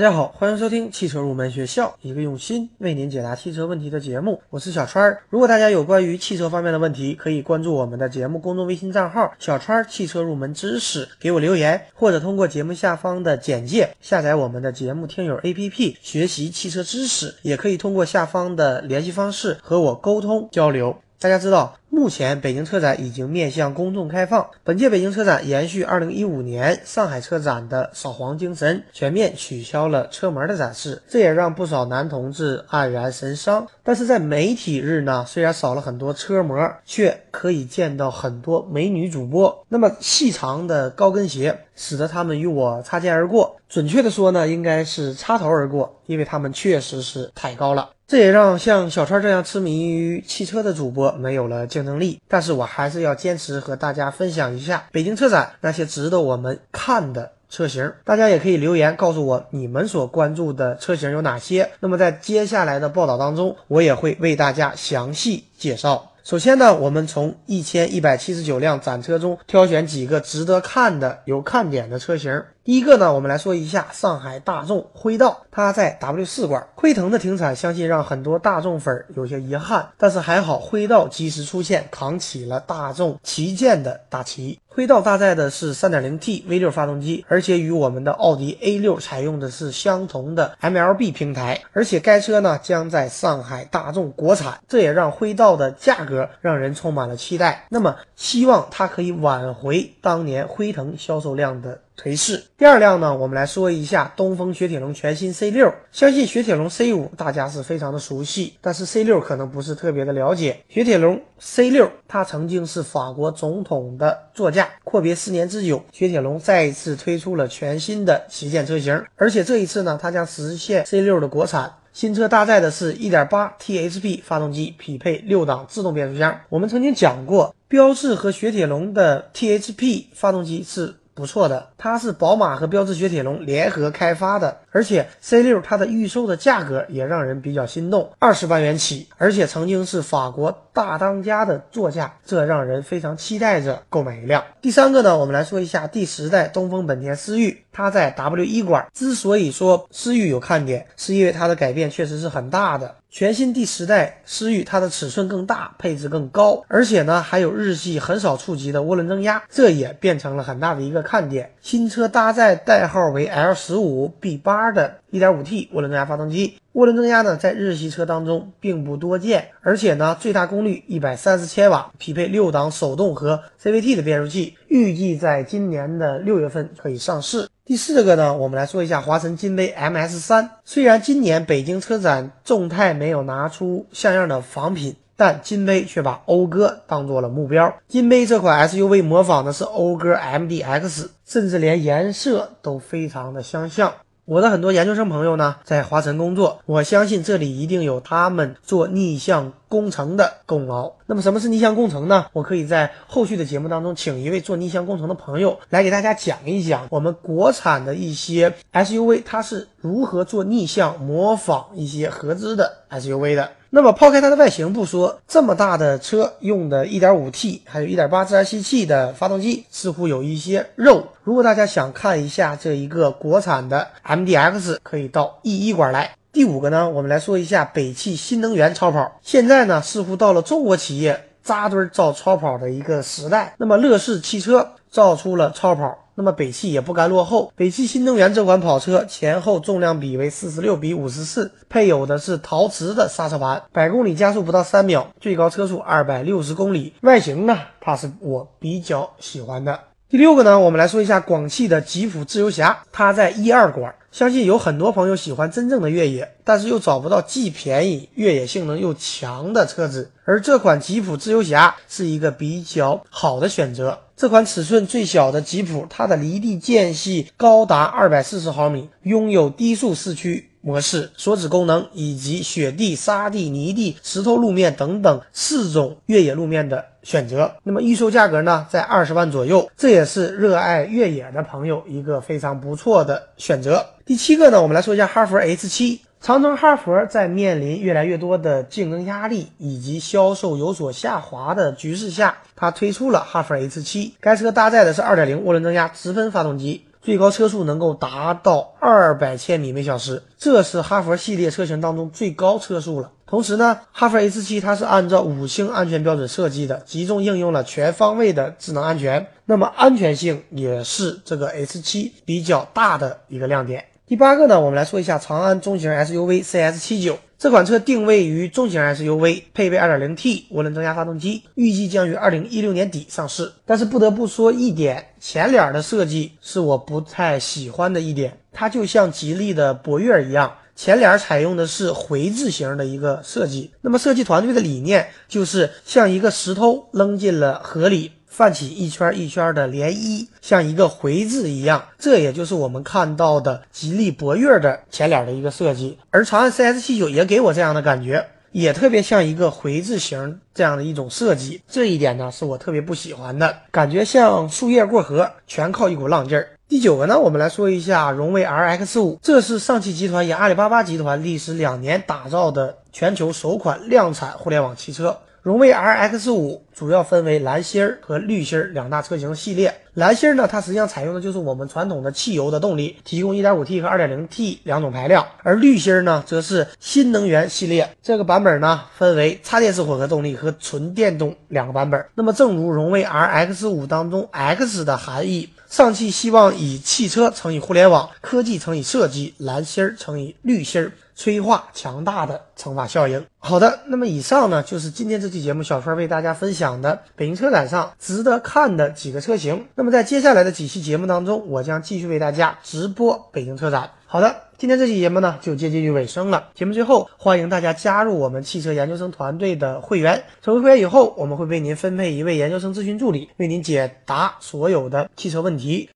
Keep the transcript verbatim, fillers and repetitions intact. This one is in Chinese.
大家好，欢迎收听汽车入门学校，一个用心为您解答汽车问题的节目，我是小川。如果大家有关于汽车方面的问题，可以关注我们的节目公众微信账号小川汽车入门知识，给我留言，或者通过节目下方的简介下载我们的节目听友 A P P 学习汽车知识，也可以通过下方的联系方式和我沟通交流。大家知道，目前北京车展已经面向公众开放。本届北京车展延续二零一五年上海车展的扫黄精神，全面取消了车模的展示，这也让不少男同志黯然神伤。但是在媒体日呢，虽然少了很多车模，却可以见到很多美女主播。那么细长的高跟鞋使得他们与我擦肩而过，准确的说呢，应该是擦头而过，因为他们确实是太高了。这也让像小川这样痴迷于汽车的主播没有了竞争力，但是我还是要坚持和大家分享一下北京车展那些值得我们看的车型。大家也可以留言告诉我你们所关注的车型有哪些，那么在接下来的报道当中，我也会为大家详细介绍。首先呢，我们从一千一百七十九辆展车中挑选几个值得看的有看点的车型。第一个呢，我们来说一下上海大众辉道，它在 W 四 馆。辉腾的停产相信让很多大众粉有些遗憾，但是还好辉道及时出现，扛起了大众旗舰的大旗。辉道搭载的是 三点零 T V 六 发动机，而且与我们的奥迪 A 六 采用的是相同的 M L B 平台，而且该车呢将在上海大众国产，这也让辉道的价格让人充满了期待。那么希望它可以挽回当年辉腾销售量的颓势。第二辆呢，我们来说一下东风雪铁龙全新 C 六。 相信雪铁龙 C 五 大家是非常的熟悉，但是 C 六 可能不是特别的了解。雪铁龙 C 六 它曾经是法国总统的座驾，阔别四年之久，雪铁龙再一次推出了全新的旗舰车型，而且这一次呢，它将实现 C 六 的国产。新车搭载的是 一点八 T H P 发动机，匹配六档自动变速箱。我们曾经讲过，标致和雪铁龙的 T H P 发动机是不错的，它是宝马和标致雪铁龙联合开发的，而且 C 六 它的预售的价格也让人比较心动，二十万元起，而且曾经是法国大当家的座驾，这让人非常期待着购买一辆。第三个呢，我们来说一下第十代东风本田思域，它在 W 一 馆。之所以说思域有看点，是因为它的改变确实是很大的。全新第十代思域，它的尺寸更大，配置更高，而且呢还有日系很少触及的涡轮增压，这也变成了很大的一个看点。新车搭载代号为 L 十五 B 八 的 一点五 T 涡轮增压发动机，涡轮增压呢在日系车当中并不多见，而且呢最大功率一百三十千瓦，匹配六档手动和 C V T 的变速器，预计在今年的六月份可以上市。第四个呢，我们来说一下华晨金杯 M S 三。 虽然今年北京车展众泰没有拿出像样的仿品，但金杯却把讴歌当做了目标。金杯这款 S U V 模仿的是讴歌 M D X， 甚至连颜色都非常的相像。我的很多研究生朋友呢在华晨工作，我相信这里一定有他们做逆向工程的功劳。那么什么是逆向工程呢？我可以在后续的节目当中请一位做逆向工程的朋友来给大家讲一讲我们国产的一些 S U V 它是如何做逆向模仿一些合资的 S U V 的。那么抛开它的外形不说，这么大的车用的 一点五 T 还有 一点八 自然吸气的发动机似乎有一些肉。如果大家想看一下这一个国产的 M D X， 可以到 E 一 馆来。第五个呢，我们来说一下北汽新能源超跑。现在呢似乎到了中国企业扎堆造超跑的一个时代，那么乐视汽车造出了超跑，那么北汽也不甘落后。北汽新能源这款跑车前后重量比为四十六比五十四，配有的是陶瓷的刹车盘，百公里加速不到三秒，最高车速二百六十公里。外形呢，它是我比较喜欢的。第六个呢，我们来说一下广汽的吉普自由侠，它在 E 二 馆。相信有很多朋友喜欢真正的越野，但是又找不到既便宜越野性能又强的车子，而这款吉普自由侠是一个比较好的选择。这款尺寸最小的吉普，它的离地间隙高达二百四十毫米，拥有低速四驱模式、锁止功能以及雪地、沙地、泥地、石头路面等等四种越野路面的选择。那么预售价格呢，在二十万左右，这也是热爱越野的朋友一个非常不错的选择。第七个呢，我们来说一下哈弗 H 七。长城哈弗在面临越来越多的竞争压力以及销售有所下滑的局势下，它推出了哈弗 H 七。该车搭载的是 二点零 涡轮增压直喷发动机， 最高车速能够达到二百千米每小时，这是哈弗系列车型当中最高车速了。同时呢，哈弗 H 七 它是按照五星安全标准设计的，集中应用了全方位的智能安全，那么安全性也是这个 H 七 比较大的一个亮点。第八个呢，我们来说一下长安中型 S U V C S 七九。这款车定位于中型 S U V， 配备 二点零 T 涡轮增压发动机，预计将于二零一六年底上市。但是不得不说一点，前脸的设计是我不太喜欢的一点，它就像吉利的博越一样，前脸采用的是回字形的一个设计。那么设计团队的理念就是像一个石头扔进了河里，泛起一圈一圈的涟漪，像一个回字一样，这也就是我们看到的吉利博越的前脸的一个设计。而长安 C S 七九 也给我这样的感觉，也特别像一个回字形这样的一种设计，这一点呢是我特别不喜欢的，感觉像树叶过河，全靠一股浪劲儿。第九个呢，我们来说一下荣威 R X 五， 这是上汽集团沿阿里巴巴集团历时两年打造的全球首款量产互联网汽车。荣威 R X 五 主要分为蓝芯和绿芯两大车型系列。蓝芯呢，它实际上采用的就是我们传统的汽油的动力，提供 一点五 T 和 二点零 T 两种排量。而绿芯呢，则是新能源系列，这个版本呢分为插电式混合动力和纯电动两个版本。那么正如荣威 R X 五 当中 X 的含义，上汽希望以汽车乘以互联网，科技乘以设计，蓝芯乘以绿芯，催化强大的乘法效应。好的，那么以上呢就是今天这期节目小川为大家分享的北京车展上值得看的几个车型。那么在接下来的几期节目当中，我将继续为大家直播北京车展。好的，今天这期节目呢就接近于尾声了。节目最后，欢迎大家加入我们汽车研究生团队的会员。成为会员以后，我们会为您分配一位研究生咨询助理，为您解答所有的汽车问题。